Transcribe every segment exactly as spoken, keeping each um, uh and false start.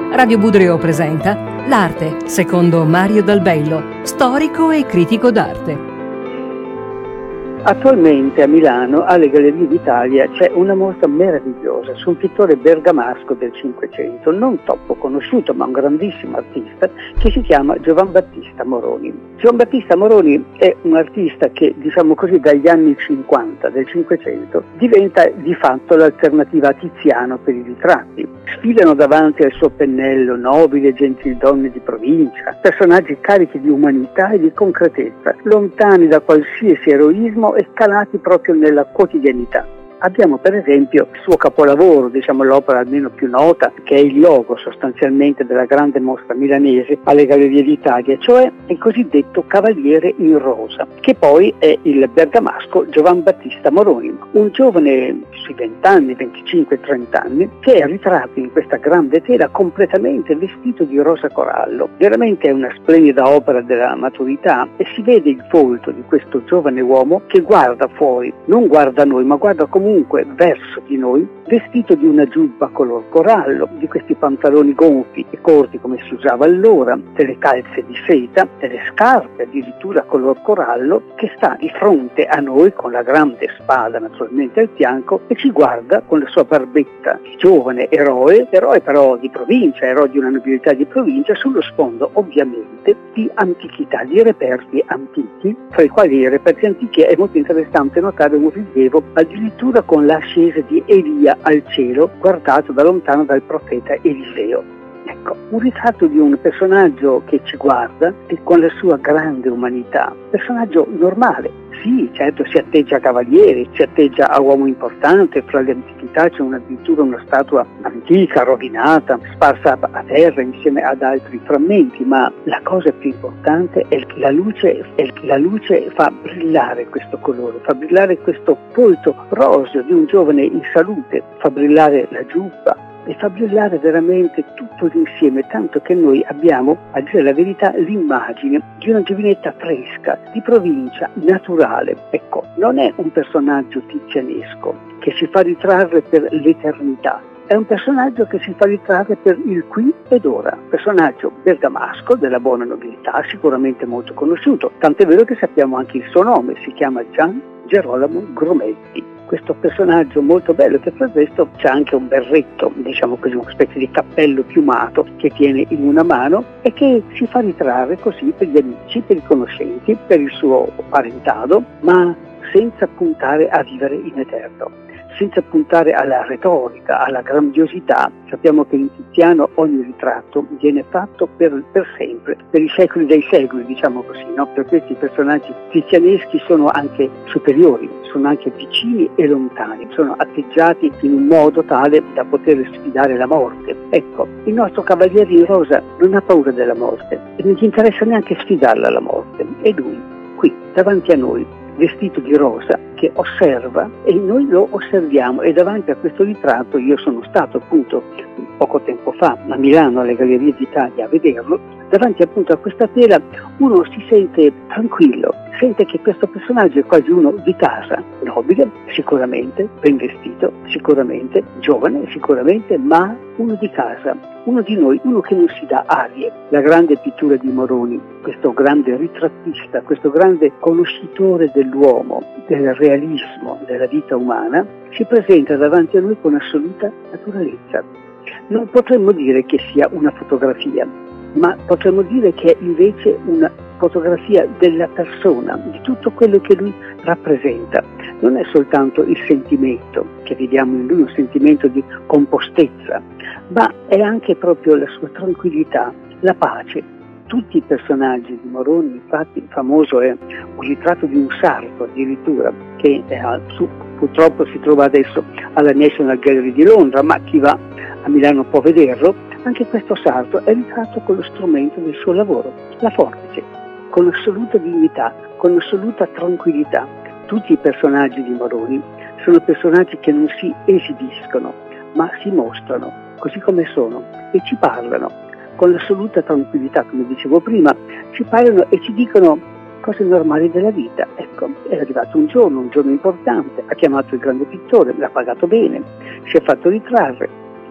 Radio Budrio presenta L'arte, secondo Mario Dal Bello, storico e critico d'arte. Attualmente a Milano, alle Gallerie d'Italia, c'è una mostra meravigliosa su un pittore bergamasco del Cinquecento, non troppo conosciuto, ma un grandissimo artista, che si chiama Giovan Battista Moroni. Giovan Battista Moroni è un artista che, diciamo così, dagli anni cinquanta del Cinquecento diventa di fatto l'alternativa a Tiziano per i ritratti. Sfilano davanti al suo pennello nobili e gentildonne di provincia, personaggi carichi di umanità e di concretezza, lontani da qualsiasi eroismo e calati proprio nella quotidianità. Abbiamo per esempio il suo capolavoro, diciamo l'opera almeno più nota, che è il logo sostanzialmente della grande mostra milanese alle Gallerie d'Italia, cioè il cosiddetto Cavaliere in rosa, che poi è il bergamasco Giovan Battista Moroni, un giovane sui vent'anni, venticinque trenta anni, che è ritratto in questa grande tela completamente vestito di rosa corallo. Veramente è una splendida opera della maturità e si vede il volto di questo giovane uomo che guarda fuori, non guarda noi, ma guarda comunque comunque verso di noi, vestito di una giubba color corallo, di questi pantaloni gonfi e corti come si usava allora, delle calze di seta, delle scarpe addirittura color corallo, che sta di fronte a noi con la grande spada naturalmente al fianco e ci guarda con la sua barbetta di giovane eroe, eroe però di provincia, eroe di una nobiltà di provincia, sullo sfondo ovviamente di antichità, di reperti antichi, tra i quali i reperti antichi è molto interessante notare un rilievo addirittura con l'ascesa di Elia al cielo, guardato da lontano dal profeta Eliseo. Ecco, un ritratto di un personaggio che ci guarda e con la sua grande umanità, personaggio normale. Sì, certo, si atteggia a cavaliere, si atteggia a uomo importante, fra le antichità c'è una, addirittura una statua antica, rovinata, sparsa a terra insieme ad altri frammenti, ma la cosa più importante è che la luce, è che la luce fa brillare questo colore, fa brillare questo volto roseo di un giovane in salute, fa brillare la giubba, e fa brillare veramente tutto l'insieme, tanto che noi abbiamo, a dire la verità, l'immagine di una giovinetta fresca, di provincia, naturale. Ecco, non è un personaggio tizianesco che si fa ritrarre per l'eternità, è un personaggio che si fa ritrarre per il qui ed ora, personaggio bergamasco della buona nobiltà, sicuramente molto conosciuto, tant'è vero che sappiamo anche il suo nome, si chiama Gian Gerolamo Grumetti. Questo personaggio molto bello che fra questo c'ha anche un berretto, diciamo così, una specie di cappello piumato che tiene in una mano e che si fa ritrarre così per gli amici, per i conoscenti, per il suo parentado, ma senza puntare a vivere in eterno, senza puntare alla retorica, alla grandiosità. Sappiamo che in Tiziano ogni ritratto viene fatto per, per sempre, per i secoli dei secoli, diciamo così, no? Per questi personaggi tizianeschi sono anche superiori, sono anche vicini e lontani, sono atteggiati in un modo tale da poter sfidare la morte. Ecco, il nostro cavaliere in rosa non ha paura della morte e non gli interessa neanche sfidarla la morte. E lui, qui, davanti a noi, vestito di rosa, che osserva e noi lo osserviamo, e davanti a questo ritratto io sono stato appunto poco tempo fa a Milano alle Gallerie d'Italia a vederlo. Davanti appunto a questa tela uno si sente tranquillo, sente che questo personaggio è quasi uno di casa, nobile sicuramente, ben vestito sicuramente, giovane sicuramente, ma uno di casa, uno di noi, uno che non si dà arie. La grande pittura di Moroni, questo grande ritrattista, questo grande conoscitore dell'uomo, del realismo della vita umana, si presenta davanti a noi con assoluta naturalezza. Non potremmo dire che sia una fotografia, ma potremmo dire che è invece una fotografia della persona, di tutto quello che lui rappresenta. Non è soltanto il sentimento che vediamo in lui, un sentimento di compostezza, ma è anche proprio la sua tranquillità, la pace. Tutti i personaggi di Moroni, infatti, famoso è un ritratto di un sarto addirittura, che è, su, purtroppo si trova adesso alla National Gallery di Londra, ma chi va a Milano può vederlo. Anche questo sarto è ritratto con lo strumento del suo lavoro, la forbice, con assoluta dignità, con assoluta tranquillità. Tutti i personaggi di Moroni sono personaggi che non si esibiscono, ma si mostrano così come sono e ci parlano con l'assoluta tranquillità, come dicevo prima, ci parlano e ci dicono cose normali della vita. Ecco, è arrivato un giorno, un giorno importante, ha chiamato il grande pittore, l'ha pagato bene, si è fatto ritrarre,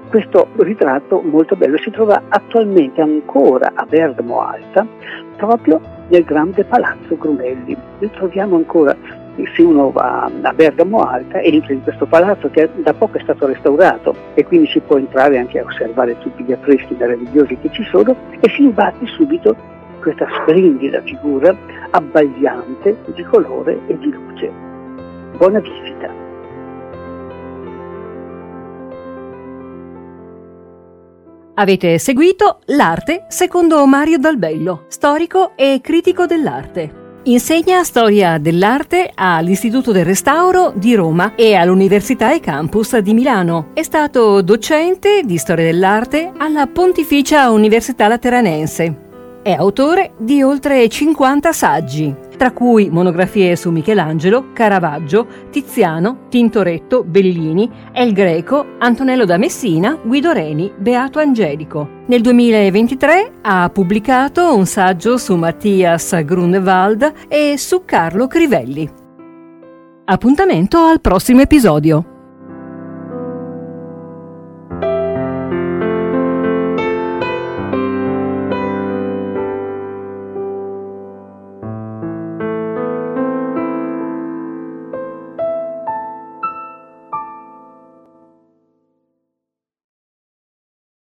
Questo ritratto molto bello si trova attualmente ancora a Bergamo Alta, proprio nel grande palazzo Grumelli. Lo troviamo ancora, se uno va a Bergamo Alta e entra in questo palazzo che da poco è stato restaurato e quindi si può entrare anche a osservare tutti gli affreschi meravigliosi che ci sono, e si imbatte subito questa splendida figura abbagliante di colore e di luce. Buona visita! Avete seguito L'arte secondo Mario Dal Bello, storico e critico dell'arte. Insegna storia dell'arte all'Istituto del Restauro di Roma e all'Università e Campus di Milano. È stato docente di storia dell'arte alla Pontificia Università Lateranense. È autore di oltre cinquanta saggi, tra cui monografie su Michelangelo, Caravaggio, Tiziano, Tintoretto, Bellini, El Greco, Antonello da Messina, Guido Reni, Beato Angelico. Nel duemilaventitré ha pubblicato un saggio su Mattias Grunewald e su Carlo Crivelli. Appuntamento al prossimo episodio.